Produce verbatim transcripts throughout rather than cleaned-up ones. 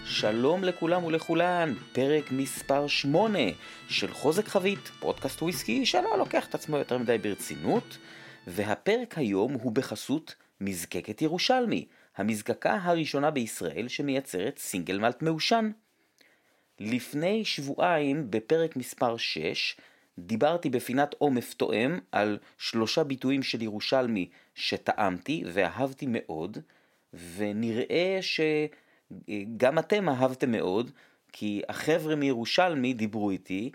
שלום לכולם ולכולן, פרק מספר שמונה של חוזק חבית, פודקאסט וויסקי שלא לוקח את עצמו יותר מדי ברצינות, והפרק היום הוא בחסות מזקקת ירושלמי, המזקקה הראשונה בישראל שמייצרת סינגל מלט מעושן. לפני שבועיים בפרק מספר שש דיברתי בפינת עומף תואם על שלושה ביטויים של ירושלמי שטעמתי ואהבתי מאוד, ונראה ש... גם אתם אהבתם מאוד, כי החבר'ה מירושלמי דיברו איתי,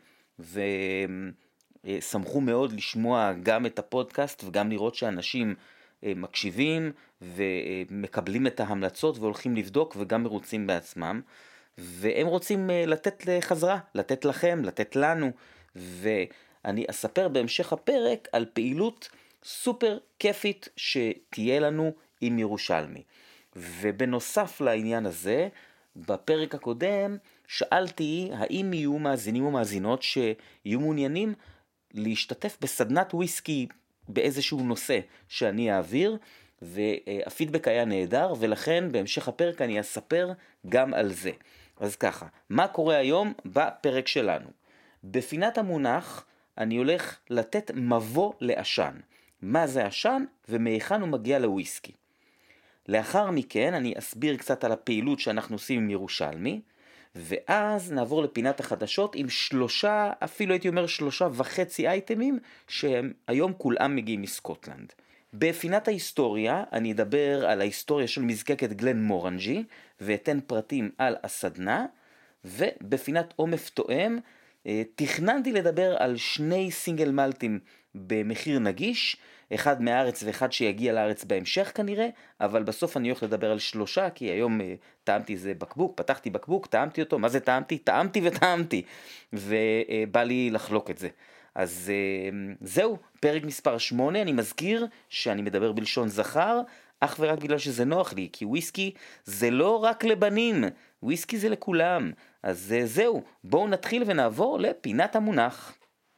ושמחו מאוד לשמוע גם את הפודקאסט, וגם לראות שאנשים מקשיבים, ומקבלים את ההמלצות, והולכים לבדוק, וגם מרוצים בעצמם, והם רוצים לתת לחזרה, לתת לכם, לתת לנו, ואני אספר בהמשך הפרק על פעילות סופר כיפית שתהיה לנו עם ירושלמי. ובנוסף לעניין הזה, בפרק הקודם שאלתי האם יהיו מאזינים או מאזינות שיהיו מעוניינים להשתתף בסדנת וויסקי באיזשהו נושא שאני אעביר, והפידבק היה נהדר, ולכן בהמשך הפרק אני אספר גם על זה. אז ככה, מה קורה היום בפרק שלנו? בפינת המונח אני הולך לתת מבוא לעשן. מה זה עשן ומהיכן הוא מגיע לוויסקי. לאחר מכן אני אסביר קצת על הפעילות שאנחנו עושים עם ירושלמי, ואז נעבור לפינת החדשות עם שלושה, אפילו הייתי אומר שלושה וחצי אייטמים, שהם היום כולם מגיעים מסקוטלנד. בפינת ההיסטוריה אני אדבר על ההיסטוריה של מזקקת גלן מורנג'י, ואתן פרטים על הסדנה, ובפינת עומף תואם, תכננתי לדבר על שני סינגל מלטים במחיר נגיש, אחד מהארץ ואחד שיגיע לארץ בהמשך כנראה, אבל בסוף אני הולך לדבר על שלושה, כי היום uh, טעמתי זה בקבוק, פתחתי בקבוק, טעמתי אותו, מה זה טעמתי? טעמתי וטעמתי, ובא uh, לי לחלוק את זה. אז uh, זהו, פרק מספר שמונה, אני מזכיר שאני מדבר בלשון זכר, אך ורק בגלל שזה נוח לי, כי וויסקי זה לא רק לבנים, וויסקי זה לכולם. אז uh, זהו, בואו נתחיל ונעבור לפינת המונח.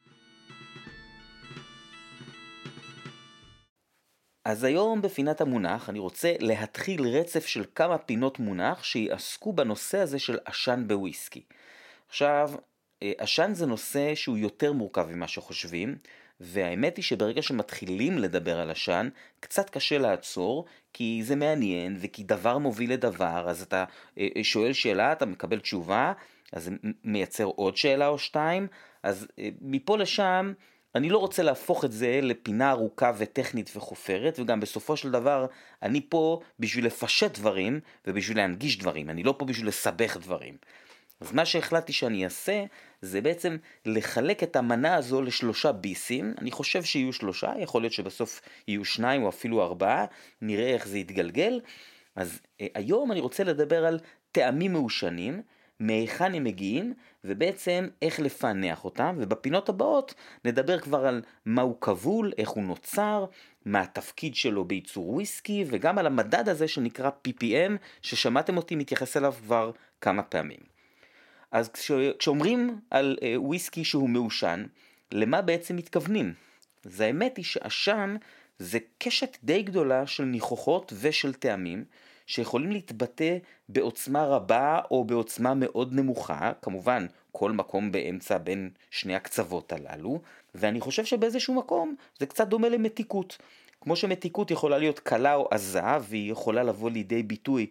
אז היום בפינת המונח אני רוצה להתחיל רצף של כמה פינות מונח שיעסקו בנושא הזה של עשן בוויסקי. עכשיו, עשן זה נושא שהוא יותר מורכב ממה שחושבים, והאמת היא שברגע שמתחילים לדבר על עשן, קצת קשה לעצור, כי זה מעניין וכי דבר מוביל לדבר, אז אתה שואל שאלה, אתה מקבל תשובה, אז זה מייצר עוד שאלה או שתיים, אז מפה לשם אני לא רוצה להפוך את זה לפינה ארוכה וטכנית וחופרת, וגם בסופו של דבר אני פה בשביל לפשט דברים ובשביל להנגיש דברים, אני לא פה בשביל לסבך דברים. אז מה שהחלטתי שאני אעשה זה בעצם לחלק את המנה הזו לשלושה ביסים, אני חושב שיהיו שלושה, יכול להיות שבסוף יהיו שניים או אפילו ארבעה, נראה איך זה יתגלגל. אז אה, היום אני רוצה לדבר על טעמים מעושנים, מהיכן הם מגיעים, ובעצם איך לפענח אותם, ובפינות הבאות נדבר כבר על מה הוא כבול, איך הוא נוצר, מה התפקיד שלו בייצור וויסקי, וגם על המדד הזה שנקרא פי פי אם, ששמעתם אותי מתייחס אליו כבר כמה פעמים. אז כשאומרים על אה, וויסקי שהוא מעושן, למה בעצם מתכוונים? אז האמת היא שעשן זה קשת די גדולה של ניחוחות ושל טעמים, שיכולים להתבטא בעוצמה רבה או בעוצמה מאוד נמוכה, כמובן כל מקום באמצע בין שני הקצוות הללו, ואני חושב שבאיזשהו מקום זה קצת דומה למתיקות. כמו שמתיקות יכולה להיות קלה או עזה, והיא יכולה לבוא לידי ביטוי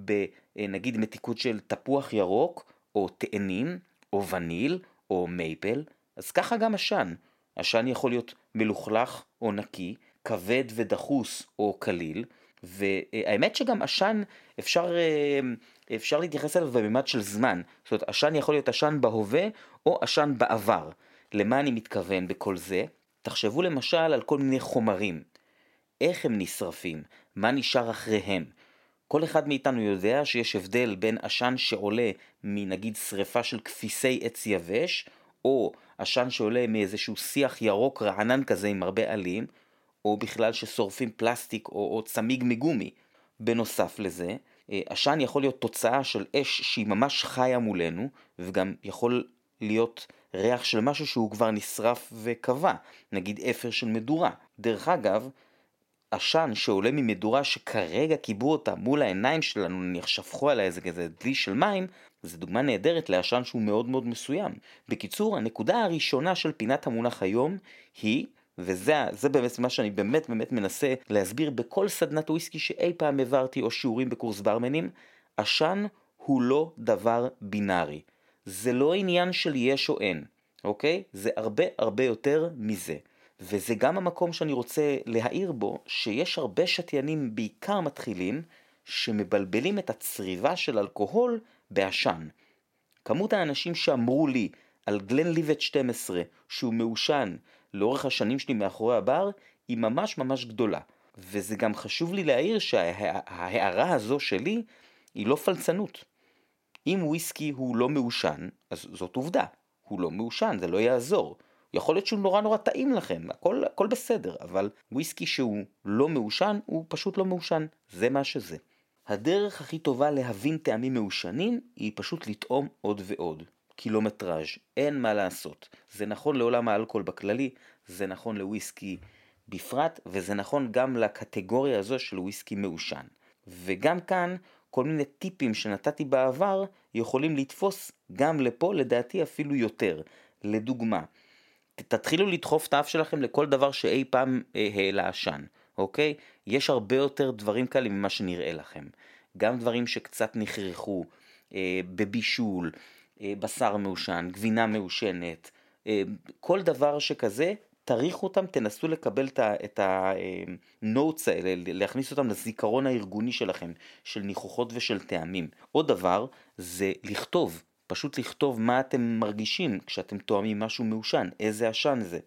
בנגיד מתיקות של תפוח ירוק, או תאנים, או וניל, או מייפל, אז ככה גם עשן. עשן יכול להיות מלוכלך או נקי, כבד ודחוס או קליל, והאמת שגם עשן אפשר, אפשר להתייחס אליו בממד של זמן. זאת אומרת, עשן יכול להיות עשן בהווה או עשן בעבר. למה אני מתכוון בכל זה? תחשבו למשל על כל מיני חומרים. איך הם נשרפים? מה נשאר אחריהם? כל אחד מאיתנו יודע שיש הבדל בין עשן שעולה מנגיד שריפה של כפיסי עץ יבש, או עשן שעולה מאיזשהו שיח ירוק רענן כזה עם הרבה עלים, או בכלל ששורפים פלסטיק או, או צמיג מגומי. בנוסף לזה, עשן יכול להיות תוצאה של אש שהיא ממש חיה מולנו, וגם יכול להיות ריח של משהו שהוא כבר נשרף וקבע, נגיד אפר של מדורה. דרך אגב, עשן שעולה ממדורה שכרגע קיבו אותה מול העיניים שלנו, נניח שפכו עליה איזה כזה דלי של מים, זו דוגמה נהדרת לעשן שהוא מאוד מאוד מסוים. בקיצור, הנקודה הראשונה של פינת המונח היום היא, וזה זה באמת מה שאני באמת באמת מנסה להסביר בכל סדנת וויסקי שאי פעם העברתי או שיעורים בקורס ברמנים, עשן הוא לא דבר בינארי. זה לא עניין של יש או אין, אוקיי? זה הרבה הרבה יותר מזה. וזה גם המקום שאני רוצה להעיר בו, שיש הרבה שתיינים בעיקר מתחילים, שמבלבלים את הצריבה של אלכוהול בעשן. כמות האנשים שאמרו לי על גלנליבט שתים עשרה שהוא מעושן לאורך השנים שלי מאחורי הבר, היא ממש ממש גדולה. וזה גם חשוב לי להעיר שההערה הזו שלי היא לא פלצנות. אם וויסקי הוא לא מעושן, אז זאת עובדה. הוא לא מעושן, זה לא יעזור. יכול להיות שהוא נורא נורא טעים לכם, הכל, הכל בסדר, אבל וויסקי שהוא לא מעושן, הוא פשוט לא מעושן. זה מה שזה. הדרך הכי טובה להבין טעמים מעושנים היא פשוט לטעום עוד ועוד. קילומטראז', אין מה לעשות. זה נכון לעולם האלכוהול בכללי, זה נכון לוויסקי בפרט, וזה נכון גם לקטגוריה הזו של וויסקי מעושן. וגם כאן, כל מיני טיפים שנתתי בעבר, יכולים לתפוס גם לפה, לדעתי אפילו יותר. לדוגמה, תתחילו לדחוף את האף שלכם לכל דבר שאי פעם העלה עשן, אוקיי? יש הרבה יותר דברים כאלה ממה שנראה לכם. גם דברים שקצת נחרחו, אה, בבישול, אה, בשר מעושן, גבינה מעושנת, אה, כל דבר שכזה, תריחו אותם, תנסו לקבל את הנוטס האלה, להכניס אותם לזיכרון הארגוני שלכם, של ניחוחות ושל טעמים. עוד דבר זה לכתוב, פשוט לכתוב מה אתם מרגישים כשאתם טועמים משהו מעושן, איזה עשן זה.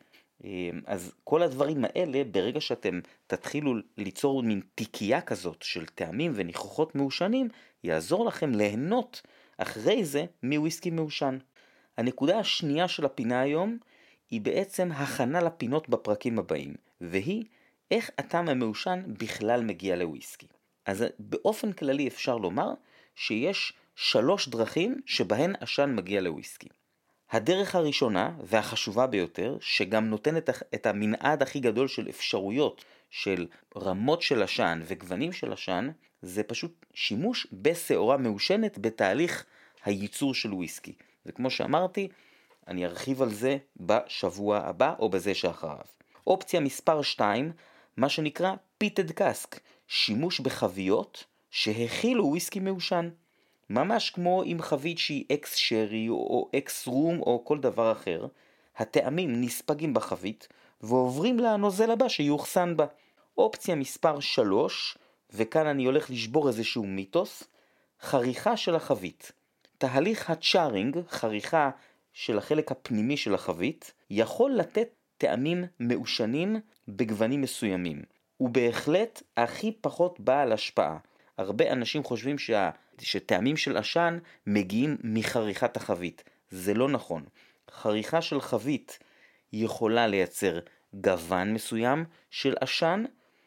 אז כל הדברים האלה, ברגע שאתם תתחילו ליצור מין תיקייה כזאת של טעמים וניחוחות מעושנים, יעזור לכם ליהנות אחרי זה מוויסקי מעושן. הנקודה השנייה של הפינה היום היא בעצם הכנה לפינות בפרקים הבאים, והיא איך הטעם המעושן בכלל מגיע לוויסקי. אז באופן כללי אפשר לומר שיש שלוש דרכים שבהן עשן מגיע לוויסקי. הדרך הראשונה והחשובה ביותר, שגם נותנת את המנעד הכי גדול של אפשרויות של רמות של עשן וגוונים של עשן, זה פשוט שימוש בשעורה מעושנת בתהליך הייצור של וויסקי. וכמו שאמרתי, אני ארחיב על זה בשבוע הבא או בזה שאחריו. אופציה מספר שתיים, מה שנקרא פיטד קאסק, שימוש בחביות שהכילו וויסקי מעושן. ממש כמו עם חבית שהיא אקס שרי או אקס רום או כל דבר אחר, הטעמים נספגים בחבית ועוברים לנוזל הבא שיוחסן בה. אופציה מספר שלוש, וכאן אני הולך לשבור איזשהו מיתוס, חריכה של החבית. תהליך הצ'ארינג, חריכה של החלק הפנימי של החבית, יכול לתת טעמים מעושנים בגוונים מסוימים. הוא בהחלט הכי פחות בעל השפעה. הרבה אנשים חושבים שה... שטעמים של עשן מגיעים מחריכת החבית. זה לא נכון. חריכה של חבית יכולה לייצר גוון מסוים של עשן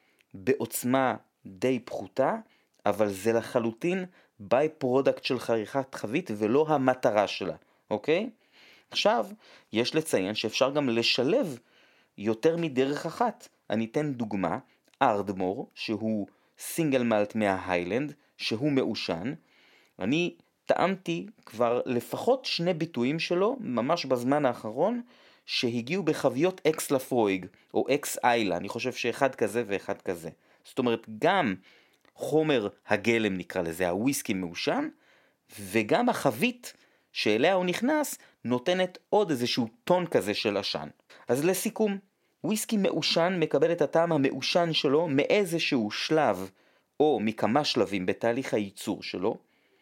בעוצמה די פחותה, אבל זה לחלוטין ביי פרודקט של חריכת חבית ולא המטרה שלה, אוקיי? עכשיו, יש לציין שאפשר גם לשלב יותר מדרך אחת. אני אתן דוגמה, ארדמור, שהוא סינגל מלט מההיילנד, שהוא מעושן. אני טעמתי כבר לפחות שני ביטויים שלו, ממש בזמן האחרון, שהגיעו בחביות אקס לפרויג, או אקס איילה, אני חושב שאחד כזה ואחד כזה. זאת אומרת, גם חומר הגלם נקרא לזה, הוויסקי מעושן, וגם החבית שאליה הוא נכנס, נותנת עוד איזשהו טון כזה של עשן. אז לסיכום, וויסקי מעושן מקבל את הטעם המעושן שלו מאיזשהו שלב, או מכמה שלבים בתהליך הייצור שלו,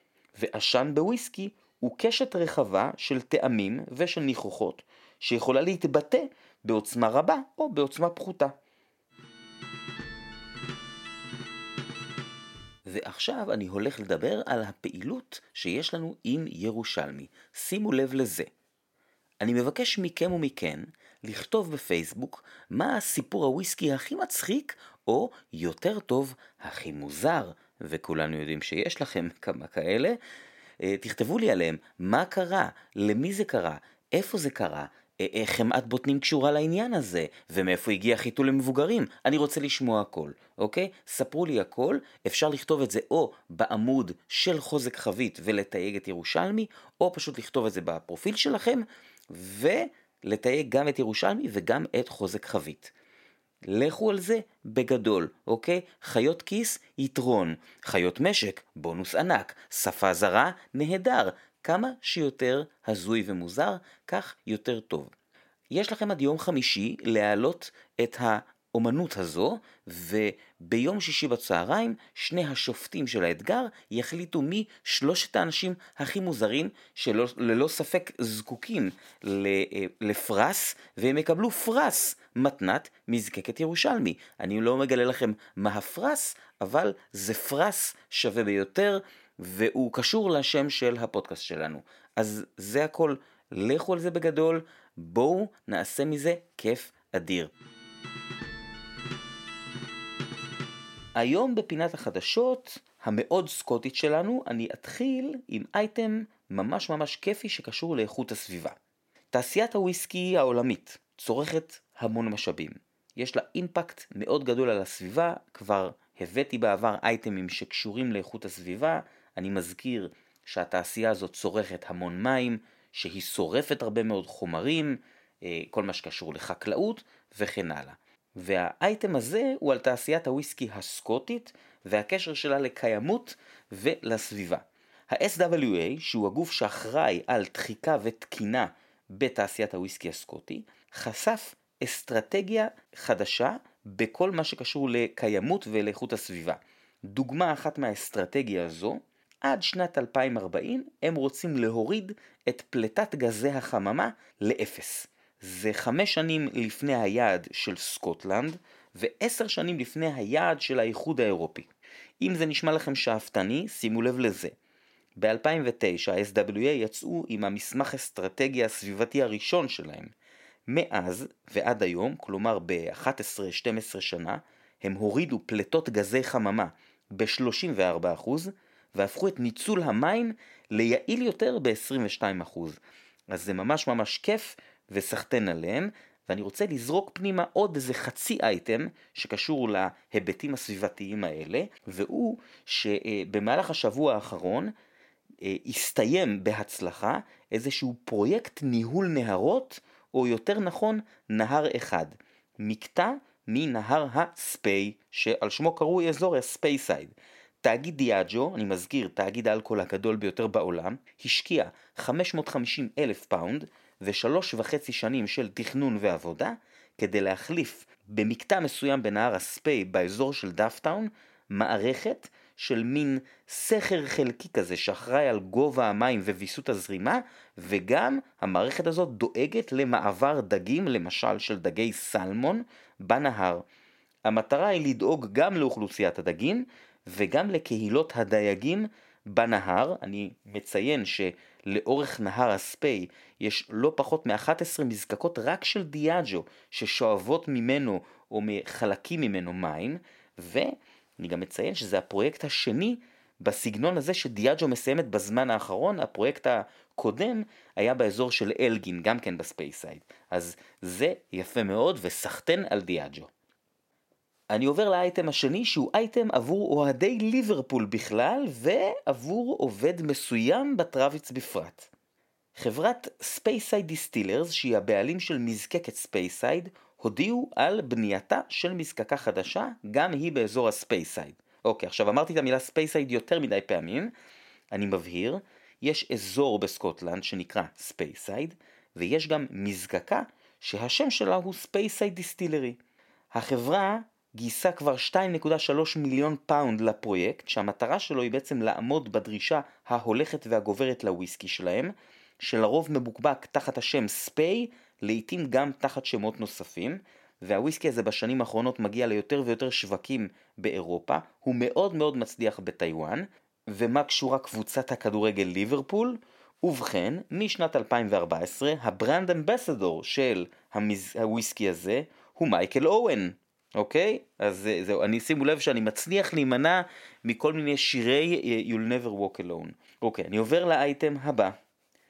ועשן בוויסקי הוא קשת רחבה של טעמים ושל ניחוחות, שיכולה להתבטא בעוצמה רבה או בעוצמה פחותה. ועכשיו אני הולך לדבר על הפעילות שיש לנו עם ירושלמי. שימו לב לזה. אני מבקש מכם ומכן לכתוב בפייסבוק מה הסיפור הוויסקי הכי מצחיק, או יותר טוב, הכי מוזר, וכולנו יודעים שיש לכם כמה כאלה. תכתבו לי עליהם, מה קרה, למי זה קרה, איפה זה קרה, איך חמאת בוטנים קשורה לעניין הזה, ומאיפה הגיע חיתול למבוגרים. אני רוצה לשמוע הכל, אוקיי? ספרו לי הכל, אפשר לכתוב את זה או בעמוד של חוזק חבית ולתייג את ירושלמי, או פשוט לכתוב את זה בפרופיל שלכם, ולתייג גם את ירושלמי וגם את חוזק חבית. לכו על זה בגדול, אוקיי? חיות כיס, יתרון. חיות משק, בונוס ענק. שפה זרה, נהדר. כמה שיותר הזוי ומוזר, כך יותר טוב. יש לכם עד יום חמישי להעלות את האומנות הזו, וביום שישי בצהריים שני השופטים של האתגר יחליטו מי שלושת האנשים הכי מוזרים שללא ספק זקוקים לפרס, והם יקבלו פרס מתנת מזקקת ירושלמי. אני לא מגלה לכם מה הפרס, אבל זה פרס שווה ביותר, והוא קשור לשם של הפודקאסט שלנו. אז זה הכל, לכו על זה בגדול, בואו נעשה מזה כיף אדיר. היום בפינת החדשות המאוד סקוטית שלנו, אני אתחיל עם אייטם ממש ממש כיפי שקשור לאיכות הסביבה. תעשיית הוויסקי העולמית צורכת המון משאבים. יש לה אימפקט מאוד גדול על הסביבה, כבר הבאתי בעבר אייטמים שקשורים לאיכות הסביבה, אני מזכיר שהתעשייה הזאת צורכת המון מים, שהיא שורפת הרבה מאוד חומרים, כל מה שקשור לחקלאות וכן הלאה. והאייטם הזה הוא על תעשיית הוויסקי הסקוטית והקשר שלה לקיימות ולסביבה. ה-אס דאבליו איי, שהוא הגוף שאחראי על דחיקה ותקינה בתעשיית הוויסקי הסקוטי, חשף אסטרטגיה חדשה בכל מה שקשור לקיימות ולאיכות הסביבה. דוגמה אחת מהאסטרטגיה הזו, עד שנת אלפיים וארבעים הם רוצים להוריד את פלטת גזי החממה לאפס. זה חמש שנים לפני היעד של סקוטלנד, ועשר שנים לפני היעד של האיחוד האירופי. אם זה נשמע לכם שאפתני, שימו לב לזה. ב-אלפיים ותשע ה-אס דאבליו איי יצאו עם המסמך אסטרטגיה הסביבתי הראשון שלהם. מאז ועד היום, כלומר ב-אחת עשרה שתים עשרה שנה, הם הורידו פלטות גזי חממה ב-שלושים וארבעה אחוז, והפכו את ניצול המים ליעיל יותר ב-עשרים ושתיים אחוז. אז זה ממש ממש כיף וסחטן עליהם, ואני רוצה לזרוק פנימה עוד איזה חצי אייטם שקשור להיבטים הסביבתיים האלה, והוא שבמהלך השבוע האחרון הסתיים בהצלחה איזשהו פרויקט ניהול נהרות, או יותר נכון נהר אחד, מקטע מנהר הספיי, שעל שמו קרוי אזור הספייסייד. תאגיד דיאג'ו, אני מזכיר, תאגיד האלכוהול הגדול ביותר בעולם, השקיע חמש מאות וחמישים אלף פאונד ושלוש וחצי שנים של תכנון ועבודה, כדי להחליף במקטע מסוים בנהר הספיי באזור של דאפטאון, מערכת של מין סכר חלקי כזה שאחראי על גובה המים וויסות הזרימה, וגם המערכת הזאת דואגת למעבר דגים, למשל של דגי סלמון, בנהר. המטרה היא לדאוג גם לאוכלוסיית הדגים, וגם לקהילות הדייגים בנהר. אני מציין שלאורך נהר הספיי יש לא פחות מ-אחת עשרה מזקקות רק של דיאג'ו ששואבות ממנו או מחלקים ממנו מים, ואני גם מציין שזה הפרויקט השני בסגנון הזה שדיאג'ו מסיימת בזמן האחרון. הפרויקט הקודם היה באזור של אלגין, גם כן בספייסייד. אז זה יפה מאוד וסחטן על דיאג'ו. אני עובר לאייטם השני, שהוא אייטם עבור אוהדי ליברפול בכלל, ועבור עובד מסוים בטרוויץ בפרט. חברת ספייסייד דיסטילרס, שהיא הבעלים של מזקקת ספייסייד, הודיעו על בנייתה של מזקקה חדשה, גם היא באזור הספייסייד. אוקיי, עכשיו אמרתי את המילה ספייסייד יותר מדי פעמים, אני מבהיר, יש אזור בסקוטלנד שנקרא ספייסייד, ויש גם מזקקה שהשם שלה הוא ספייסייד דיסטילרי. החברה גייסה כבר שתיים נקודה שלוש מיליון פאונד לפרויקט, שהמטרה שלו היא בעצם לעמוד בדרישה ההולכת והגוברת לוויסקי שלהם, שלרוב מבוקבק תחת השם ספיי, לעתים גם תחת שמות נוספים, והוויסקי הזה בשנים האחרונות מגיע ליותר ויותר שווקים באירופה, הוא מאוד מאוד מצליח בטיואן. ומה קשורה קבוצת הכדורגל ליברפול? ובכן, משנת אלפיים וארבע עשרה הברנד אמבסדור של המז... הוויסקי הזה הוא מייקל אוון. אוקיי? אז זהו, אני שימו לב שאני מצליח להימנע מכל מיני שירי You'll Never Walk Alone. אוקיי, אני עובר לאייטם הבא.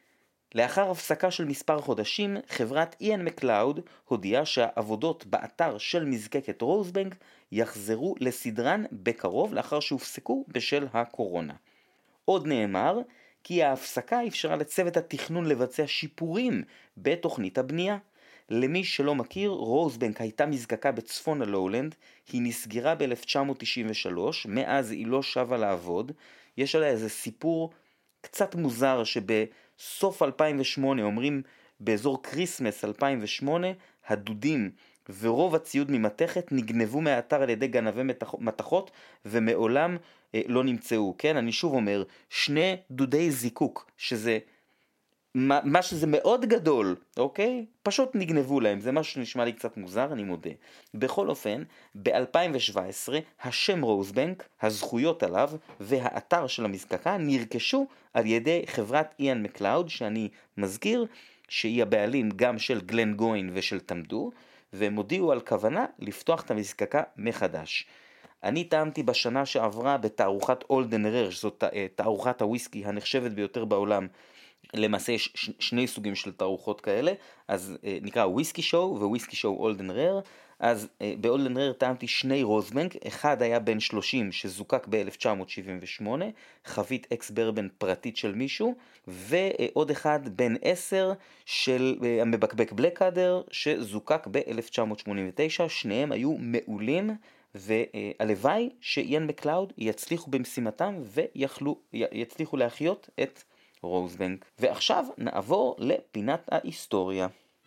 לאחר הפסקה של מספר חודשים, חברת איאן מקלאוד הודיעה שהעבודות באתר של מזקקת רוזבנק יחזרו לסדרן בקרוב לאחר שהופסקו בשל הקורונה. עוד נאמר כי ההפסקה אפשרה לצוות התכנון לבצע שיפורים בתוכנית הבנייה. למי שלא מכיר, רוזבנק הייתה מזקקה בצפון הלואולנד, היא נסגרה ב-אלף תשע מאות תשעים ושלוש, מאז היא לא שבה לעבוד. יש עליה איזה סיפור קצת מוזר שבסוף אלפיים ושמונה, אומרים באזור קריסמס אלפיים ושמונה, הדודים ורוב הציוד ממתכת נגנבו מהאתר על ידי גנבי מתכות ומעולם אה, לא נמצאו. כן, אני שוב אומר, שני דודי זיקוק, שזה מה, מה שזה מאוד גדול, אוקיי? פשוט נגנבו להם, זה משהו שנשמע לי קצת מוזר, אני מודה. בכל אופן, ב-אלפיים שבע עשרה, השם רוזבנק, הזכויות עליו והאתר של המזקקה נרכשו על ידי חברת איאן מקלאוד, שאני מזכיר שהיא הבעלים גם של גלן גוין ושל תמדו, והם הודיעו על כוונה לפתוח את המזקקה מחדש. אני טעמתי בשנה שעברה בתערוכת אולדן רר, שזאת תערוכת הוויסקי הנחשבת ביותר בעולם. למעשה יש ש- שני סוגים של תערוכות כאלה, אז אה, נקרא וויסקי שואו וויסקי שואו אולדן רר. אז אה, באולדן רר טעמתי שני רוזבנק, אחד היה בן שלושים שזוקק ב-אלף תשע מאות שבעים ושמונה, חבית אקס ברבן פרטית של מישהו, ועוד אחד בן עשר של אה, המבקבק בלקאדר שזוקק ב-אלף תשע מאות שמונים ותשע, שניהם היו מעולים, והלוואי שאיאן מקלאוד יצליחו במשימתם ויצליחו להחיות את רוזבנק. ועכשיו נעבור לפינת ההיסטוריה.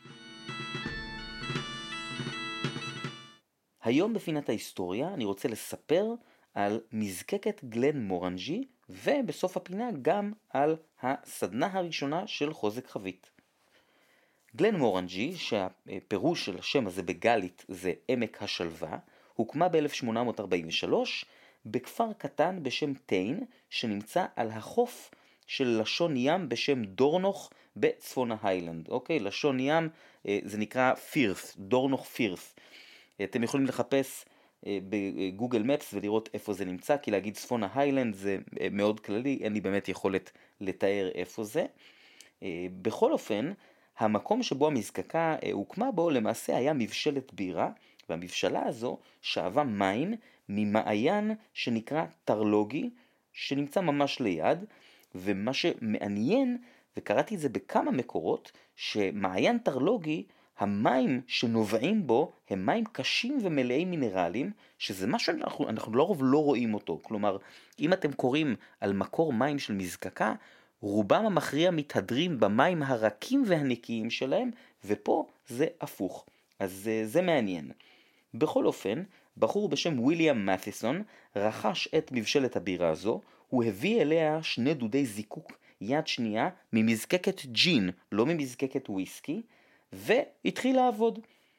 היום בפינת ההיסטוריה אני רוצה לספר על מזקקת גלן מורנג'י, ובסוף הפינה גם על הסדנה הראשונה של חוזק חבית. גלן מורנג'י, שהפירוש של השם הזה בגלית זה עמק השלווה, הוקמה ב-אלף שמונה מאות ארבעים ושלוש בכפר קטן בשם טיין, שנמצא על החוף של לשון ים בשם דורנוך בצפון ההיילנד. אוקיי, לשון ים זה נקרא פירת', דורנוך פירת'. אתם יכולים לחפש בגוגל מפס ולראות איפה זה נמצא, כי להגיד צפון ההיילנד זה מאוד כללי, אין לי באמת יכולת לתאר איפה זה. בכל אופן, המקום שבו המזקקה הוקמה בו למעשה היה מבשלת בירה, והמבשלה הזו שאבה מים ממעיין שנקרא טרלוגי, שנמצא ממש ליד. ומה שמעניין, וקראתי את זה בכמה מקורות, שמעיין טרלוגי, המים שנובעים בו הם מים קשים ומלאי מינרלים, שזה מה שאנחנו אנחנו לרוב לא רואים אותו. כלומר, אם אתם קוראים על מקור מים של מזקקה, רובם המכריע מתהדרים במים הרכים והנקיים שלהם, ופה זה הפוך. אז זה, זה מעניין. בכל אופן, בחור בשם וויליאם מת'יסון רכש את מבשלת הבירה הזו, הוא הביא אליה שני דודי זיקוק יד שנייה ממזקקת ג'ין, לא ממזקקת וויסקי, והתחיל לעבוד.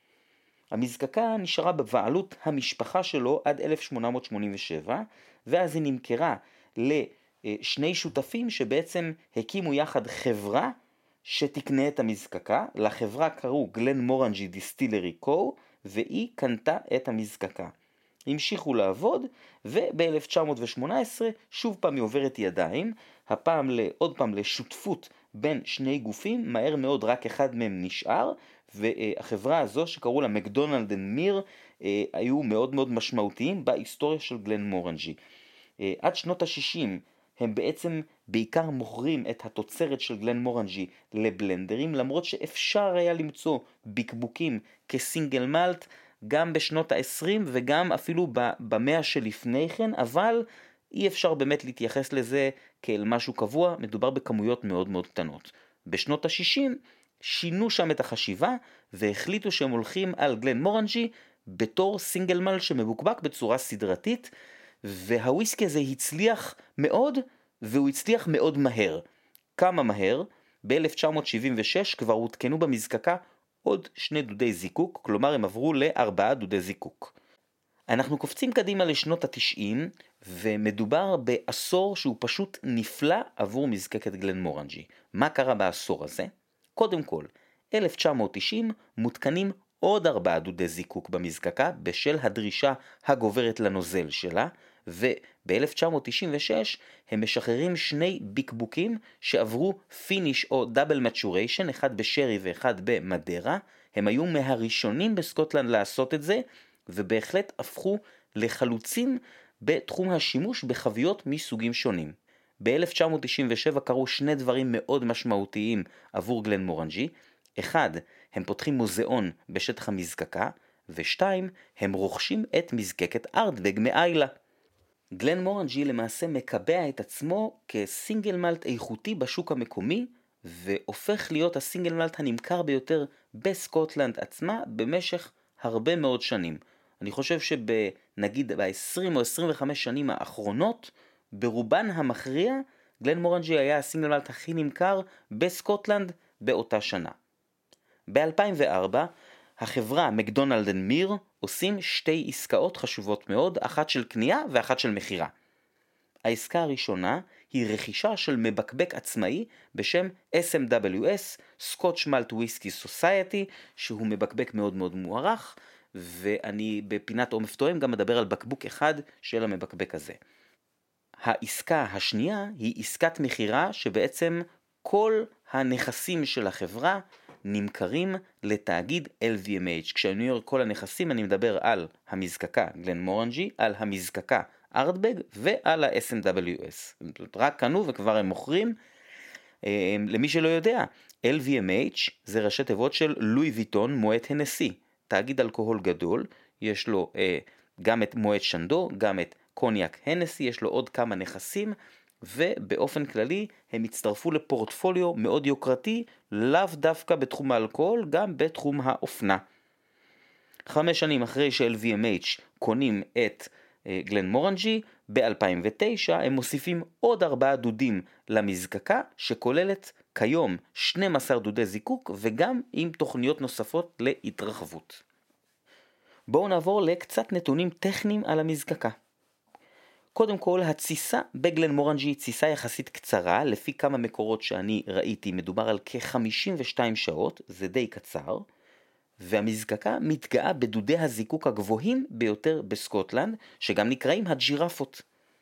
המזקקה נשארה בבעלות המשפחה שלו עד אלף שמונה מאות שמונים ושבע, ואז היא נמכרה לשני שותפים שבעצם הקימו יחד חברה שתקנה את המזקקה. לחברה קראו גלן מורנג'י דיסטילרי קו, והיא קנתה את המזקקה. המשיכו לעבוד, וב-אלף תשע מאות שמונה עשרה שוב פעם היא עוברת ידיים, הפעם עוד פעם לשותפות בין שני גופים, מהר מאוד רק אחד מהם נשאר, והחברה הזו שקראו לה מקדונלד אנד מיר, היו מאוד מאוד משמעותיים בהיסטוריה של גלן מורנג'י. עד שנות ה-שישים הם בעצם בעיקר מוכרים את התוצרת של גלן מורנג'י לבלנדרים, למרות שאפשר היה למצוא בקבוקים כסינגל מלט, גם בשנות ה-עשרים וגם אפילו במאה שלפני כן, אבל אי אפשר באמת להתייחס לזה כאל משהו קבוע, מדובר בכמויות מאוד מאוד קטנות. בשנות ה-שישים שינו שם את החשיבה והחליטו שהם הולכים על גלן מורנג'י בתור סינגל מלט שמבוקבק בצורה סדרתית, והוויסקי הזה הצליח מאוד, והוא הצליח מאוד מהר. כמה מהר? ב-אלף תשע מאות שבעים ושש כבר הותקנו במזקקה עוד שני דודי זיקוק, כלומר הם עברו לארבעה דודי זיקוק. אנחנו קופצים קדימה לשנות ה-תשעים, ומדובר בעשור שהוא פשוט נפלא עבור מזקקת גלן מורנג'י. מה קרה בעשור הזה? קודם כל, אלף תשע מאות תשעים מותקנים עוד ארבעה דודי זיקוק במזקקה בשל הדרישה הגוברת לנוזל שלה, וב-אלף תשע מאות תשעים ושש הם משחררים שני בקבוקים שעברו פיניש או דאבל מצ'וריישן, אחד בשרי ואחד במדרה. הם היו מהראשונים בסקוטלנד לעשות את זה, ובהחלט הפכו לחלוצים בתחום השימוש בחביות מסוגים שונים. ב-אלף תשע מאות תשעים ושבע קרו שני דברים מאוד משמעותיים עבור גלנמורנג'י. אחד, הם פותחים מוזיאון בשטח המזקקה, ושתיים, הם רוכשים את מזקקת ארדבג מאיילה. גלנמורנג'י למעשה מקבע את עצמו כסינגל מלט איכותי בשוק המקומי, והופך להיות הסינגל מלט הנמכר ביותר בסקוטלנד עצמה במשך הרבה מאוד שנים. אני חושב שבנגיד ב-עשרים או עשרים וחמש שנים האחרונות, ברובן המכריע, גלנמורנג'י היה הסינגל מלט הכי נמכר בסקוטלנד באותה שנה. ב-אלפיים וארבע, החברה מקדונלד אנד מיר עושים שתי עסקאות חשובות מאוד, אחת של קנייה ואחת של מחירה. העסקה הראשונה היא רכישה של מבקבק עצמאי בשם אס אם דאבליו אס, Scotch Malt Whisky Society, שהוא מבקבק מאוד מאוד מוערך, ואני בפינת עומף תואם גם מדבר על בקבוק אחד של המבקבק הזה. העסקה השנייה היא עסקת מחירה, שבעצם כל הנכסים של החברה נמכרים לתאגיד אל וי אם אייץ'. כשאני אומר כל הנכסים אני מדבר על המזקקה גלנמורנג'י, על המזקקה ארדבג ועל ה-אס אם דאבליו אס. רק קנו וכבר הם מוכרים. למי שלא יודע, אל וי אם אייץ' זה ראשי תיבות של לואי ויטון מועט הנסי, תאגיד אלכוהול גדול. יש לו אה, גם את מועט שנדו, גם את קוניאק הנסי, יש לו עוד כמה נכסים, ובאופן כללי הם הצטרפו לפורטפוליו מאוד יוקרתי, לאו דווקא בתחום האלכוהול, גם בתחום האופנה. חמש שנים אחרי ש-אל וי אם אייץ' קונים את אה, גלנמורנג'י, ב-אלפיים ותשע הם מוסיפים עוד ארבעה דודים למזקקה, שכוללת כיום שנים עשר דודי זיקוק, וגם עם תוכניות נוספות להתרחבות. בואו נעבור לקצת נתונים טכניים על המזקקה. קודם כל, התסיסה בגלנמורנג'י היא תסיסה יחסית קצרה, לפי כמה מקורות שאני ראיתי מדובר על כ-חמישים ושתיים שעות, זה די קצר, והמזקקה מתגאה בדודי הזיקוק הגבוהים ביותר בסקוטלנד, שגם נקראים הג'ירפות.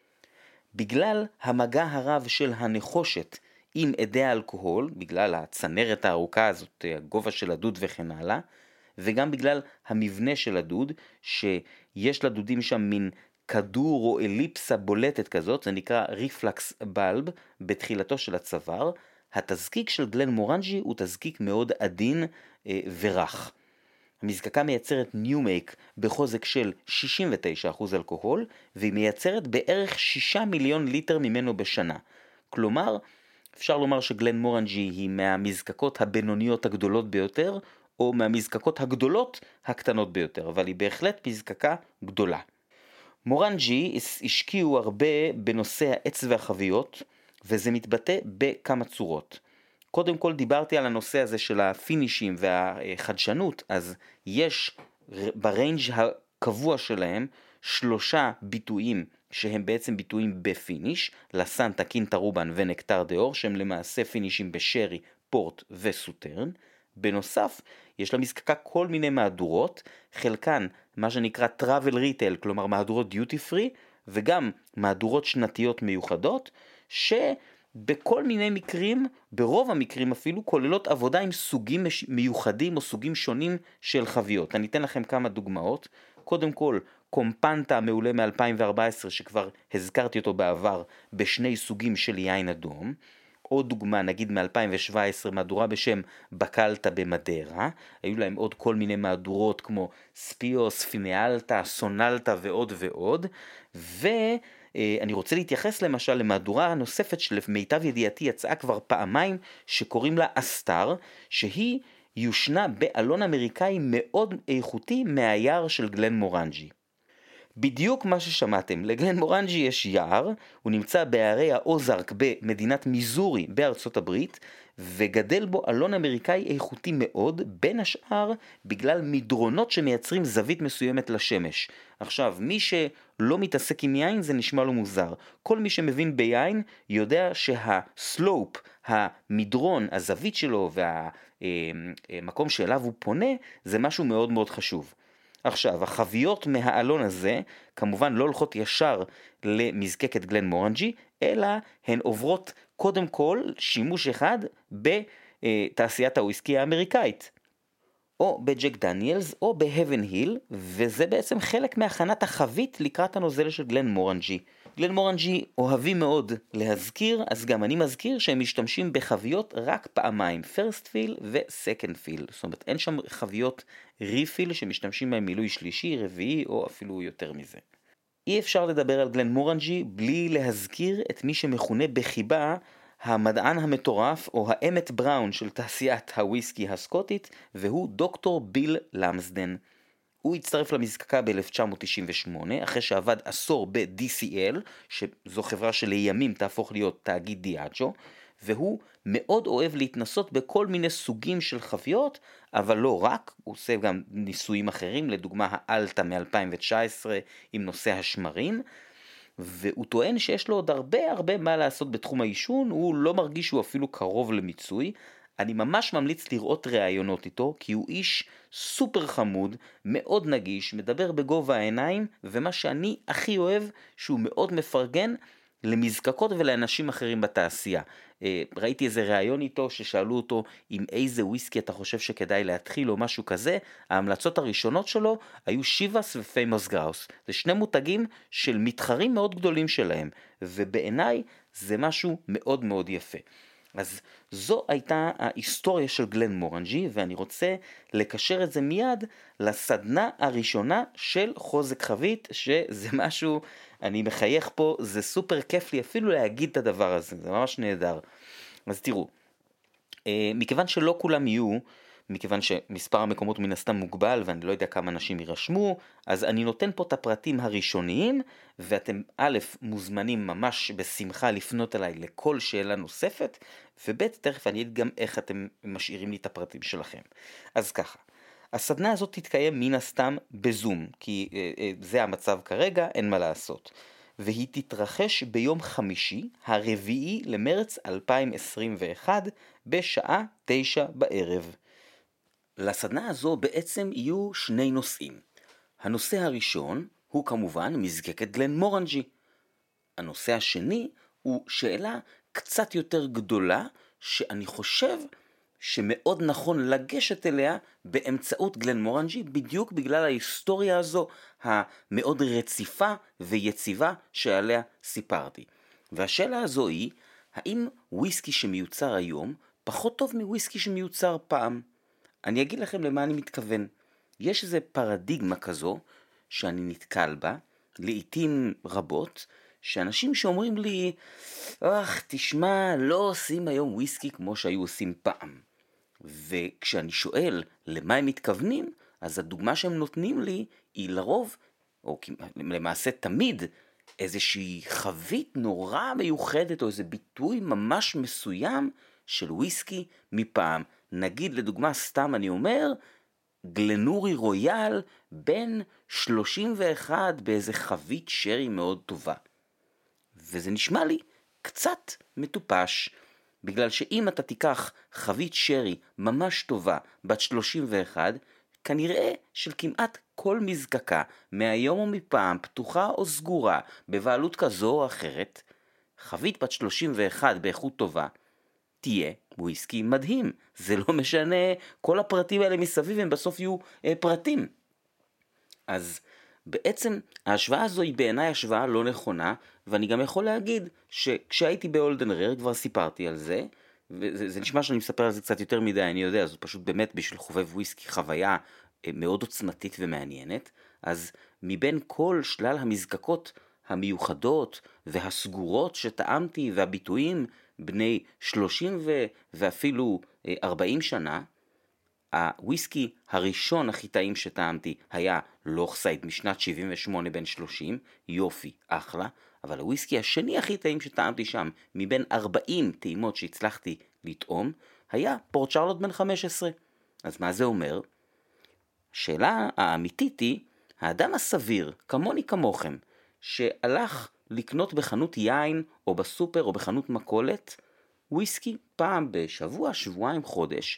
בגלל המגע הרב של הנחושת עם עדי האלכוהול, בגלל הצנרת הארוכה הזאת, הגובה של הדוד וכן הלאה, וגם בגלל המבנה של הדוד, שיש לדודים שם מין כדור או אליפסה בולטת כזאת, זה נקרא ריפלקס בלב בתחילתו של הצוואר. התזקיק של גלנמורנג'י הוא תזקיק מאוד עדין אה, ורך. המזקקה מייצרת ניומייק בחוזק של שישים ותשע אחוז אלכוהול, והיא מייצרת בערך שישה מיליון ליטר ממנו בשנה. כלומר, אפשר לומר שגלנמורנג'י היא מהמזקקות הבינוניות הגדולות ביותר, או מהמזקקות הגדולות הקטנות ביותר, אבל היא בהחלט מזקקה גדולה. מורנג'י השקיעו הרבה בנושא העץ והחביות, וזה מתבטא בכמה צורות. קודם כל דיברתי על הנושא הזה של הפינישים והחדשנות, אז יש בריינג' הקבוע שלהם שלושה ביטויים שהם בעצם ביטויים בפיניש, לסנטה, קינטה רובן ונקטר דה אור, שהם למעשה פינישים בשרי, פורט וסוטרן. בנוסף, יש למזקקה כל מיני מהדורות, חלקן מה שנקרא travel retail, כלומר מהדורות דיוטי פרי, וגם מהדורות שנתיות מיוחדות, שבכל מיני מקרים, ברוב המקרים אפילו, כוללות עבודה עם סוגים מיוחדים או סוגים שונים של חביות. אני אתן לכם כמה דוגמאות. קודם כל, קומפנטה מעולה מ-אלפיים וארבע עשרה, שכבר הזכרתי אותו בעבר, בשני סוגים של יין אדום. עוד דוגמה, נגיד מ-אלפיים ושבע עשרה, מהדורה בשם בקלטה במדרה. היו להם עוד כל מיני מהדורות כמו ספיוס, פיניאלטה, סונלטה ועוד ועוד. ואני רוצה להתייחס למשל למהדורה נוספת שלמיטב ידיעתי יצאה כבר פעמיים, שקוראים לה אסטר, שהיא יושנה באלון אמריקאי מאוד איכותי מהיער של גלנמורנג'י. בדיוק מה ששמעתם, לגלנמורנג'י יש יער, הוא נמצא בערי האוזארק במדינת מיזורי בארצות הברית, וגדל בו אלון אמריקאי איכותי מאוד, בין השאר בגלל מדרונות שמייצרים זווית מסוימת לשמש. עכשיו, מי שלא מתעסק עם יין זה נשמע לו מוזר. כל מי שמבין ביין יודע שהסלופ, המדרון, הזווית שלו והמקום שאליו הוא פונה, זה משהו מאוד מאוד חשוב. עכשיו, החביות מהאלון הזה כמובן לא הולכות ישר למזקקת גלן מורנג'י, אלא הן עוברות קודם כל שימוש אחד בתעשיית הוויסקי האמריקאית, או בג'ק דניאלס או בהבן היל, וזה בעצם חלק מהכנת החבית לקראת הנוזל של גלן מורנג'י. גלן מורנג'י אוהבים מאוד להזכיר, אז גם אני מזכיר שהם משתמשים בחביות רק פעמיים, פרסט פיל וסקנד פיל. זאת אומרת, אין שם חביות ריפיל שמשתמשים בהם מילוי שלישי, רביעי או אפילו יותר מזה. אי אפשר לדבר על גלן מורנג'י בלי להזכיר את מי שמכונה בחיבה המדען המטורף או האמת בראון של תעשיית הוויסקי הסקוטית, והוא דוקטור ביל למסדן. הוא הצטרף למזקקה ב-אלף תשע מאות תשעים ושמונה, אחרי שעבד עשור ב-די סי אל, שזו חברה שלימים תהפוך להיות תאגיד דיאג'ו, והוא מאוד אוהב להתנסות בכל מיני סוגים של חביות, אבל לא רק, הוא עושה גם ניסויים אחרים, לדוגמה האלטה מ-אלפיים תשע עשרה עם נושא השמרים, והוא טוען שיש לו עוד הרבה הרבה מה לעשות בתחום העישון, הוא לא מרגיש שהוא אפילו קרוב למיצוי. אני ממש ממליץ לראות ראיונות איתו, כי הוא איש סופר חמוד, מאוד נגיש, מדבר בגובה העיניים, ומה שאני הכי אוהב, שהוא מאוד מפרגן למזקקות ולאנשים אחרים בתעשייה. ראיתי איזה ראיון איתו ששאלו אותו עם איזה וויסקי אתה חושב שכדאי להתחיל או משהו כזה. ההמלצות הראשונות שלו היו שיבאס ופיימוס גראוס. זה שני מותגים של מתחרים מאוד גדולים שלהם, ובעיניי זה משהו מאוד מאוד יפה. אז זו הייתה ההיסטוריה של גלן מורנג'י, ואני רוצה לקשר את זה מיד לסדנה הראשונה של חוזק חבית, שזה משהו, אני מחייך פה, זה סופר כיף לי אפילו להגיד את הדבר הזה, זה ממש נהדר. אז תראו, מכיוון שלא כולם יהיו, מכיוון שמספר המקומות מן הסתם מוגבל ואני לא יודע כמה אנשים יירשמו, אז אני נותן פה את הפרטים הראשוניים, ואתם א' מוזמנים ממש בשמחה לפנות אליי לכל שאלה נוספת, וב' תכף אני אגיד גם איך אתם משאירים לי את הפרטים שלכם. אז ככה, הסדנה הזאת תתקיים מן הסתם בזום, כי אה, אה, זה המצב כרגע, אין מה לעשות. והיא תתרחש ביום חמישי, הרביעי למרץ אלפיים עשרים ואחת, בשעה תשע בערב. לסדנה הזו בעצם יהיו שני נושאים. הנושא הראשון הוא כמובן מזקקת גלן מורנג'י. הנושא השני הוא שאלה קצת יותר גדולה, שאני חושב שמאוד נכון לגשת אליה באמצעות גלן מורנג'י, בדיוק בגלל ההיסטוריה הזו המאוד רציפה ויציבה שעליה סיפרתי. והשאלה הזו היא, האם וויסקי שמיוצר היום פחות טוב מוויסקי שמיוצר פעם? אני אגיד לכם למה אני מתכוון. יש איזו פרדיגמה כזו שאני נתקל בה, לעתים רבות, שאנשים שאומרים לי, אך, תשמע, לא עושים היום וויסקי כמו שהיו עושים פעם. וכשאני שואל למה הם מתכוונים, אז הדוגמה שהם נותנים לי היא לרוב, או למעשה תמיד, איזושהי חבית נורא מיוחדת, או איזה ביטוי ממש מסוים של וויסקי מפעם. נגיד לדוגמה, סתם אני אומר, גלנורי רויאל בין שלושים ואחת באיזה חבית שרי מאוד טובה. וזה נשמע לי קצת מטופש, בגלל שאם אתה תיקח חבית שרי ממש טובה בת שלושים ואחת, כנראה של כמעט כל מזקקה, מהיום או מפעם, פתוחה או סגורה, בבעלות כזו או אחרת, חבית בת שלושים ואחת באיכות טובה, תהיה וויסקי מדהים. זה לא משנה, כל הפרטים האלה מסביב הם בסוף יהיו אה, פרטים. אז בעצם ההשוואה הזו היא בעיניי השוואה לא נכונה, ואני גם יכול להגיד שכשהייתי באולדן רייר, כבר סיפרתי על זה, וזה זה נשמע שאני מספר על זה קצת יותר מדי, אני יודע, זו פשוט באמת בשביל חובב וויסקי חוויה אה, מאוד עוצמתית ומעניינת. אז מבין כל שלל המזקקות המיוחדות והסגורות שטעמתי והביטויים בני שלושים ו... ואפילו ארבעים שנה, הוויסקי הראשון הכי טעים שטעמתי היה לוכסייד משנת שבעים ושמונה בן שלושים, יופי, אחלה, אבל הוויסקי השני הכי טעים שטעמתי שם, מבין ארבעים טעימות שהצלחתי לטעום, היה פורט שרלוט בן חמש עשרה. אז מה זה אומר? השאלה האמיתית היא, האדם הסביר, כמוני כמוכם, שהלך לקנות בחנות יין או בסופר או בחנות מקולת וויסקי פעם בשבוע, שבועיים, חודש,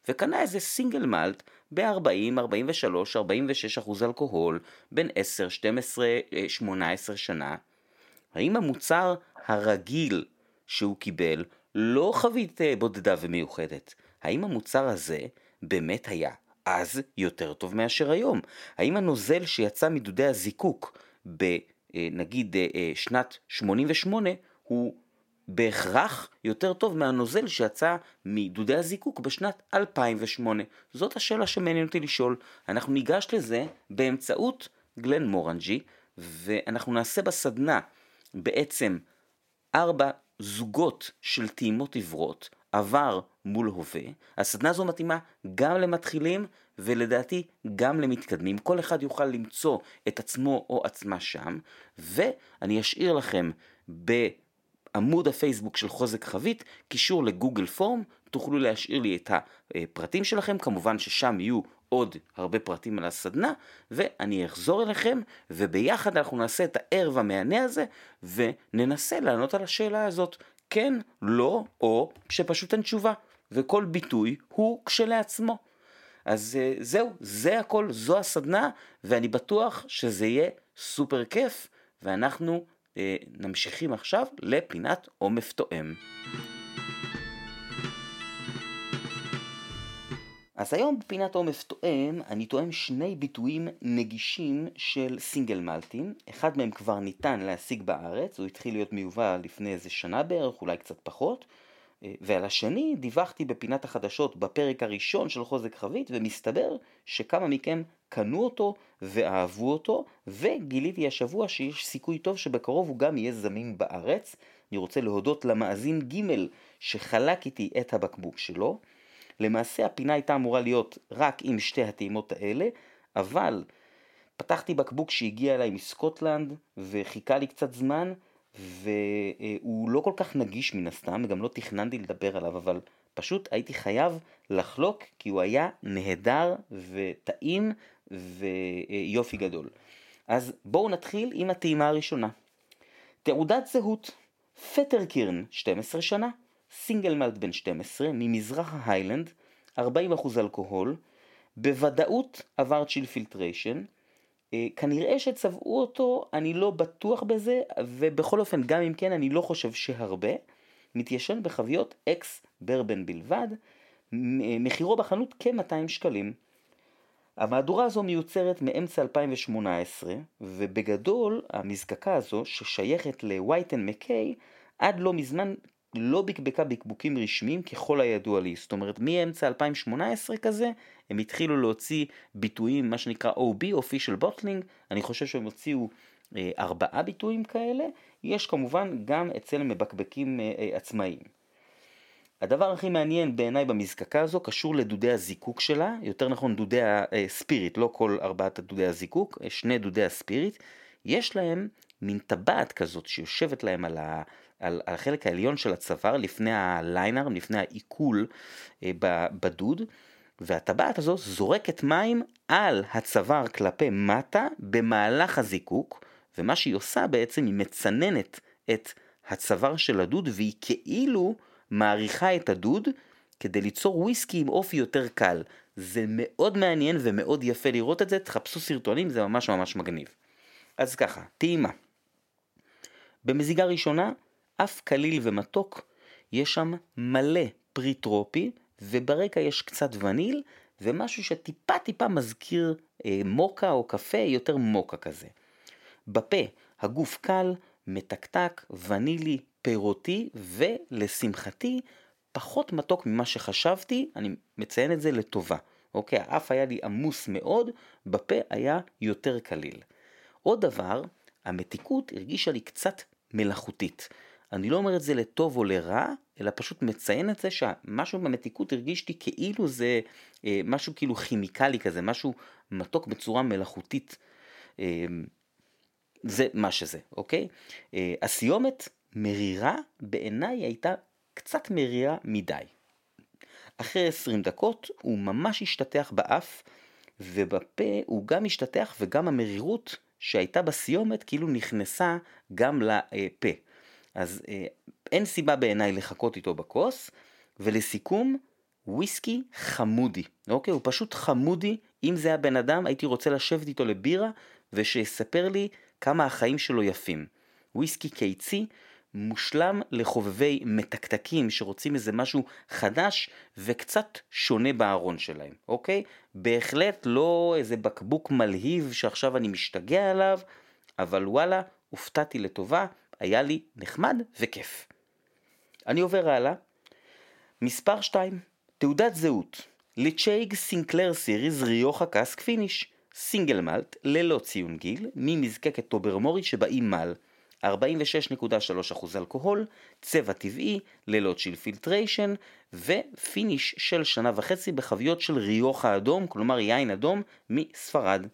וקנה איזה סינגל מלט ב-ארבעים, ארבעים ושלוש, ארבעים ושש אחוז אלכוהול, בין עשר, שתים עשרה, שמונה עשרה שנה, האם המוצר הרגיל שהוא קיבל לא חבית בודדה ומיוחדת? האם המוצר הזה באמת היה אז יותר טוב מאשר היום? האם הנוזל שיצא מדודי הזיקוק בנגיד שנת שמונים ושמונה הוא בהכרח יותר טוב מהנוזל שיצא מדודי הזיקוק בשנת אלפיים ושמונה? זאת השאלה שמעניין אותי לשאול. אנחנו ניגש לזה באמצעות גלן מורנג'י, ואנחנו נעשה בסדנה בעצם ארבע זוגות של טעימות עברות, עבר מול הווה. הסדנה הזו מתאימה גם למתחילים ולדעתי גם למתקדמים. כל אחד יוכל למצוא את עצמו או עצמה שם, ואני אשאיר לכם בעמוד הפייסבוק של חוזק חבית קישור לגוגל פורם, תוכלו להשאיר לי את הפרטים שלכם, כמובן ששם יהיו עוד הרבה פרטים על הסדנה, ואני אחזור אליכם, וביחד אנחנו נעשה את הערב המענה הזה, וננסה לענות על השאלה הזאת, כן, לא, או שפשוט אין תשובה, וכל ביטוי הוא כשלעצמו. אז זהו, זה הכל, זו הסדנה, ואני בטוח שזה יהיה סופר כיף, ואנחנו אה, נמשיכים עכשיו לפינת עומף תואם. אז היום בפינת עומף תואם, אני תואם שני ביטויים נגישים של סינגל מלטים. אחד מהם כבר ניתן להשיג בארץ, הוא התחיל להיות מיובא לפני איזה שנה בערך, אולי קצת פחות. ועל השני דיווחתי בפינת החדשות בפרק הראשון של חוזק חבית, ומסתבר שכמה מכם קנו אותו ואהבו אותו, וגיליתי השבוע שיש סיכוי טוב שבקרוב הוא גם יהיה זמין בארץ. אני רוצה להודות למאזין ג' שחלק איתי את הבקבוק שלו. למעשה הפינה הייתה אמורה להיות רק עם שתי הטעימות האלה, אבל פתחתי בקבוק שהגיע אליי מסקוטלנד וחיכה לי קצת זמן, והוא לא כל כך נגיש מן הסתם, גם לא תכננתי לדבר עליו, אבל פשוט הייתי חייב לחלוק כי הוא היה נהדר וטעים ויופי גדול. אז בואו נתחיל עם הטעימה הראשונה. תעודת זהות, פטרקירן, שתים עשרה שנה, סינגל מלט בן שתים עשרה, ממזרח ההיילנד, ארבעים אחוז אלכוהול, בוודאות עבר צ'יל פילטריישן, כנראה שצבעו אותו, אני לא בטוח בזה, ובכל אופן גם אם כן אני לא חושב שהרבה, מתיישן בחביות אקס ברבן בלבד, מחירו בחנות כ-מאתיים שקלים. המהדורה הזו מיוצרת מאמצע אלפיים ושמונה עשרה, ובגדול המזקקה הזו ששייכת לווייט אנד מקיי, עד לא מזמן לא בקבקה בקבוקים רשמיים ככל הידוע לי. זאת אומרת, מאמצע אלפיים ושמונה עשרה כזה, הם התחילו להוציא ביטויים, מה שנקרא או בי, Official Bottling. אני חושב שהם הוציאו אה, ארבעה ביטויים כאלה. יש כמובן גם אצל מבקבקים אה, אה, עצמאיים. הדבר הכי מעניין בעיניי במזקקה הזו קשור לדודי הזיקוק שלה, יותר נכון דודי הספיריט, לא כל ארבעת דודי הזיקוק, שני דודי הספיריט. יש להם מין טבעת כזאת שיושבת להם על ה... על החלק העליון של הצוואר, לפני הליינר, לפני העיכול בדוד, והטבעת הזו זורקת מים על הצוואר כלפי מטה במהלך הזיקוק, ומה שהיא עושה בעצם היא מצננת את הצוואר של הדוד, והיא כאילו מעריכה את הדוד כדי ליצור וויסקי עם אופי יותר קל. זה מאוד מעניין ומאוד יפה לראות את זה, תחפשו סרטונים, זה ממש ממש מגניב. אז ככה, טעימה. במזיגה ראשונה, אף קליל ומתוק, יש שם מלא פרי טרופי, וברקע יש קצת וניל, ומשהו שטיפה טיפה מזכיר אה, מוקה או קפה, יותר מוקה כזה. בפה, הגוף קל, מתקתק, ונילי, פירותי, ולשמחתי, פחות מתוק ממה שחשבתי, אני מציין את זה לטובה. אוקיי, האף היה לי עמוס מאוד, בפה היה יותר קליל. עוד דבר, המתיקות הרגישה לי קצת מלאכותית. אני לא אומר את זה לטוב או לרע, אלא פשוט מציין את זה שמשהו במתיקות הרגיש לי כאילו זה אה, משהו כאילו כימיקלי כזה, משהו מתוק בצורה מלאכותית. אה, זה מה שזה, אוקיי? אה, הסיומת מרירה בעיניי הייתה קצת מרירה מדי. אחרי עשרים דקות הוא ממש השתתח באף, ובפה הוא גם השתתח וגם המרירות שהייתה בסיומת כאילו נכנסה גם לפה. אז אה, אין סיבה בעיניי לחכות איתו בכוס, ולסיכום, וויסקי חמודי, אוקיי? הוא פשוט חמודי. אם זה הבן אדם, הייתי רוצה לשבת איתו לבירה, ושיספר לי כמה החיים שלו יפים. וויסקי קיצי, מושלם לחובבי מתקתקים שרוצים איזה משהו חדש וקצת שונה בארון שלהם, אוקיי? בהחלט לא איזה בקבוק מלהיב שעכשיו אני משתגע עליו, אבל וואלה, הופתעתי לטובה, היה לי נחמד וכיף. אני עובר הלאה. מספר שתיים, תעודת זהות. ליצ'ייג סינקלר סיריז ריוחה קאסק פיניש. סינגל מלט, ללא ציון גיל, ממזקקת טוברמורי שבאים מל. ארבעים ושש נקודה שלוש אחוז אלכוהול, צבע טבעי, ללא צ'יל פילטריישן, ופיניש של שנה וחצי בחביות של ריוחה אדום, כלומר יין אדום מספרד.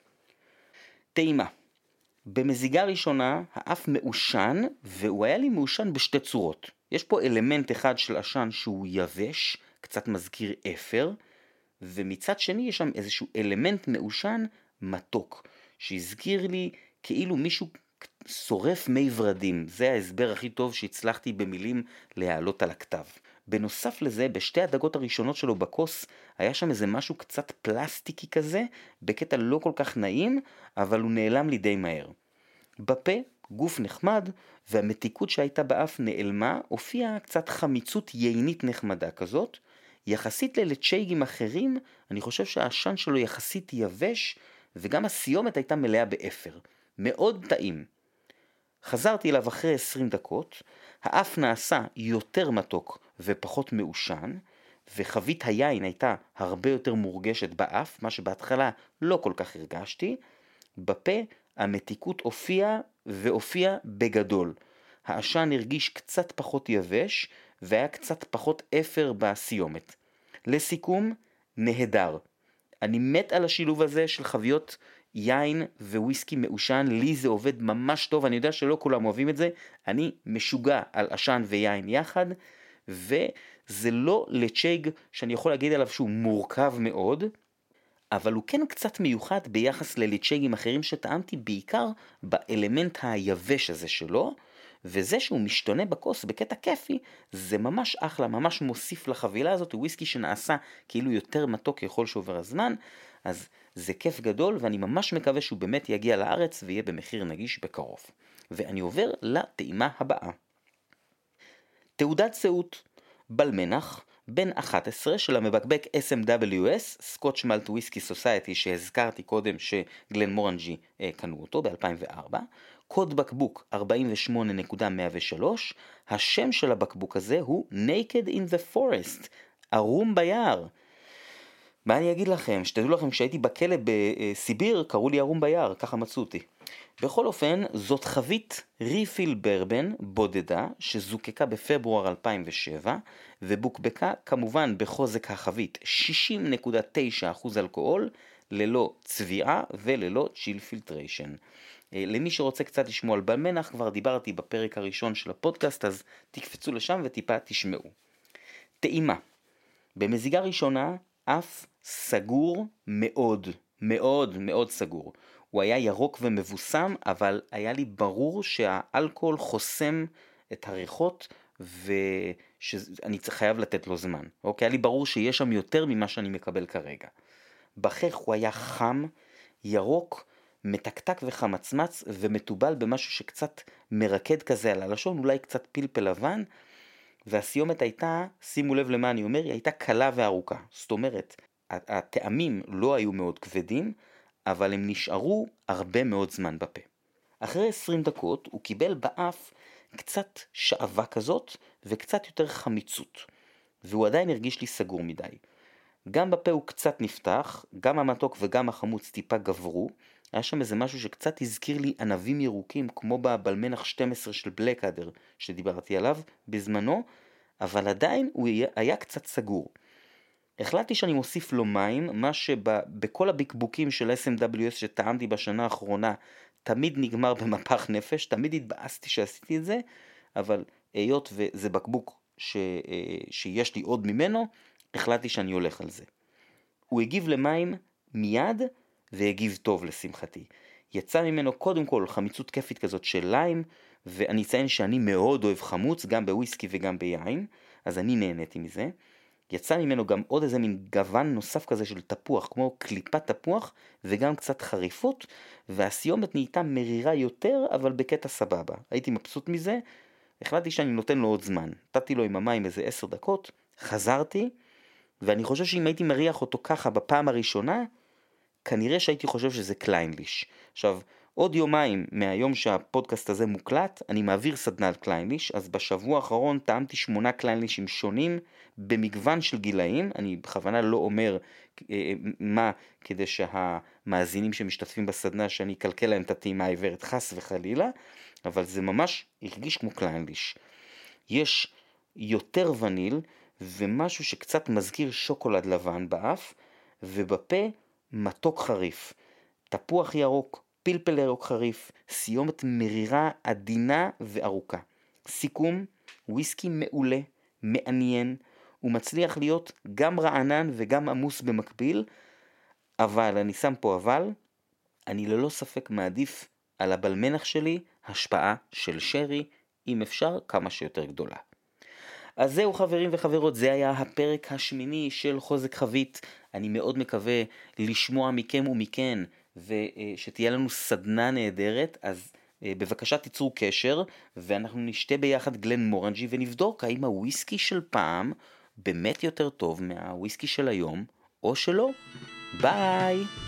טעימה. במזיגה ראשונה האף מעושן, והוא היה לי מעושן בשתי צורות. יש פה אלמנט אחד של עשן שהוא יבש, קצת מזכיר אפר, ומצד שני יש שם איזשהו אלמנט מעושן מתוק, שהזכיר לי כאילו מישהו שורף מי ורדים. זה ההסבר הכי טוב שהצלחתי במילים להעלות על הכתב. בנוסף לזה, בשתי הדגות הראשונות שלו בקוס, היה שם איזה משהו קצת פלסטיקי כזה, בקטע לא כל כך נעים, אבל הוא נעלם לי די מהר. בפה, גוף נחמד, והמתיקות שהייתה באף נעלמה, הופיעה קצת חמיצות יינית נחמדה כזאת. יחסית ללצ'ייגים אחרים, אני חושב שהעשן שלו יחסית יבש, וגם הסיומת הייתה מלאה באפר. מאוד טעים. חזרתי אליו אחרי עשרים דקות, האף נעשה יותר מתוק ופחות מעושן, וחבית היין הייתה הרבה יותר מורגשת באף, מה שבהתחלה לא כל כך הרגשתי. בפה המתיקות הופיעה והופיעה בגדול. העשן הרגיש קצת פחות יבש, והיה קצת פחות אפר בסיומת. לסיכום, נהדר. אני מת על השילוב הזה של חביות יין וויסקי מעושן, לי זה עובד ממש טוב, אני יודע שלא כולם אוהבים את זה, אני משוגע על עשן ויין יחד, וזה לא לצ'ייג שאני יכול להגיד עליו שהוא מורכב מאוד, אבל הוא כן קצת מיוחד ביחס לליצ'ייגים אחרים שטעמתי, בעיקר באלמנט היבש הזה שלו, וזה שהוא משתונה בקוס בקטע כיפי, זה ממש אחלה, ממש מוסיף לחבילה הזאת. הוא וויסקי שנעשה כאילו יותר מתוק ככל שעובר הזמן, אז זה כיף גדול, ואני ממש מקווה שהוא באמת יגיע לארץ ויהיה במחיר נגיש בקרוב. ואני עובר לטעימה הבאה. תעודת זהות, בלמנח, בן אחת עשרה של המבקבק אס אם דאבליו אס, סקוטש מלט וויסקי סוסייטי, שהזכרתי קודם שגלן מורנג'י אה, קנו אותו ב-אלפיים וארבע, קוד בקבוק ארבעים ושמונה נקודה מאה ושלוש, השם של הבקבוק הזה הוא Naked in the Forest, ערום ביער. מה אני אגיד לכם? שתדעו לכם, כשהייתי בכלא בסיביר, קראו לי ערום ביער, ככה מצאו אותי. בכל אופן, זאת חבית ריפיל ברבן בודדה, שזוקקה בפברואר אלפיים ושבע, ובוקבקה כמובן בחוזק החבית שישים נקודה תשע אחוז אלכוהול, ללא צביעה וללא צ'יל פילטריישן. למי שרוצה קצת לשמוע על בלמנח, כבר דיברתי בפרק הראשון של הפודקאסט, אז תקפצו לשם וטיפה תשמעו. טעימה. במזיגה ראשונה, אף סגור מאוד, מאוד מאוד סגור. הוא היה ירוק ומבוסם, אבל היה לי ברור שהאלכוהול חוסם את הריחות, ושאני חייב לתת לו זמן. אוקיי? היה לי ברור שיש שם יותר ממה שאני מקבל כרגע. בחך הוא היה חם, ירוק, מתקתק וחמצמץ, ומטובל במשהו שקצת מרקד כזה על הלשון, אולי קצת פלפל לבן, והסיומת הייתה, שימו לב למה אני אומר, היא הייתה קלה וארוכה. זאת אומרת, הטעמים לא היו מאוד כבדים, אבל הם נשארו הרבה מאוד זמן בפה. אחרי עשרים דקות הוא קיבל באף קצת שעבה כזאת, וקצת יותר חמיצות, והוא עדיין הרגיש לי סגור מדי. גם בפה הוא קצת נפתח, גם המתוק וגם החמוץ טיפה גברו, היה שם איזה משהו שקצת הזכיר לי ענבים ירוקים, כמו בבלמנח שתים עשרה של בלקאדר שדיברתי עליו בזמנו, אבל עדיין הוא היה קצת סגור. החלטתי שאני מוסיף לו מים, מה שבכל הבקבוקים של אס אם דאבליו אס שטעמתי בשנה האחרונה, תמיד נגמר במפח נפש, תמיד התבאסתי שעשיתי את זה, אבל היות וזה בקבוק ש, שיש לי עוד ממנו, החלטתי שאני הולך על זה. הוא הגיב למים מיד, והגיב טוב לשמחתי. יצא ממנו קודם כל חמיצות כיפית כזאת של ליים, ואני אציין שאני מאוד אוהב חמוץ, גם בוויסקי וגם ביין, אז אני נהניתי מזה. יצא ממנו גם עוד איזה מין גוון נוסף כזה של תפוח, כמו קליפת תפוח, וגם קצת חריפות, והסיומת נהייתה מרירה יותר, אבל בקטע סבבה. הייתי מבסוט מזה, החלטתי שאני נותן לו עוד זמן. נתתי לו עם המים איזה עשר דקות, חזרתי, ואני חושב שאם הייתי מריח אותו ככה בפעם הראשונה, כנראה שהייתי חושב שזה קליינליש. עכשיו, עוד יומיים מהיום שהפודקאסט הזה מוקלט, אני מעביר סדנה על קליינליש, אז בשבוע האחרון טעמתי שמונה קליינלישים שונים, במגוון של גילאים, אני בכוונה לא אומר אה, מה, כדי שהמאזינים שמשתתפים בסדנה, שאני אקלקל להם את הטעימה העיוורת חס וחלילה, אבל זה ממש הרגיש כמו קליינליש. יש יותר וניל, ומשהו שקצת מזכיר שוקולד לבן באף, ובפה מתוק חריף. תפוח ירוק, פלפל ירוק חריף, סיומת מרירה עדינה וארוכה. סיכום, וויסקי מעולה, מעניין, הוא מצליח להיות גם רענן וגם עמוס במקביל, אבל, אני שם פה אבל, אני ללא ספק מעדיף על הבלמנח שלי השפעה של שרי, אם אפשר כמה שיותר גדולה. אז זהו חברים וחברות, זה היה הפרק השמיני של חוזק חבית. אני מאוד מקווה לשמוע מכם ומכן, ושתהיה לנו סדנה נהדרת, אז בבקשה תיצרו קשר, ואנחנו נשתה ביחד גלן מורנג'י, ונבדוק האם הוויסקי של פעם באמת יותר טוב מהוויסקי של היום, או שלא. ביי!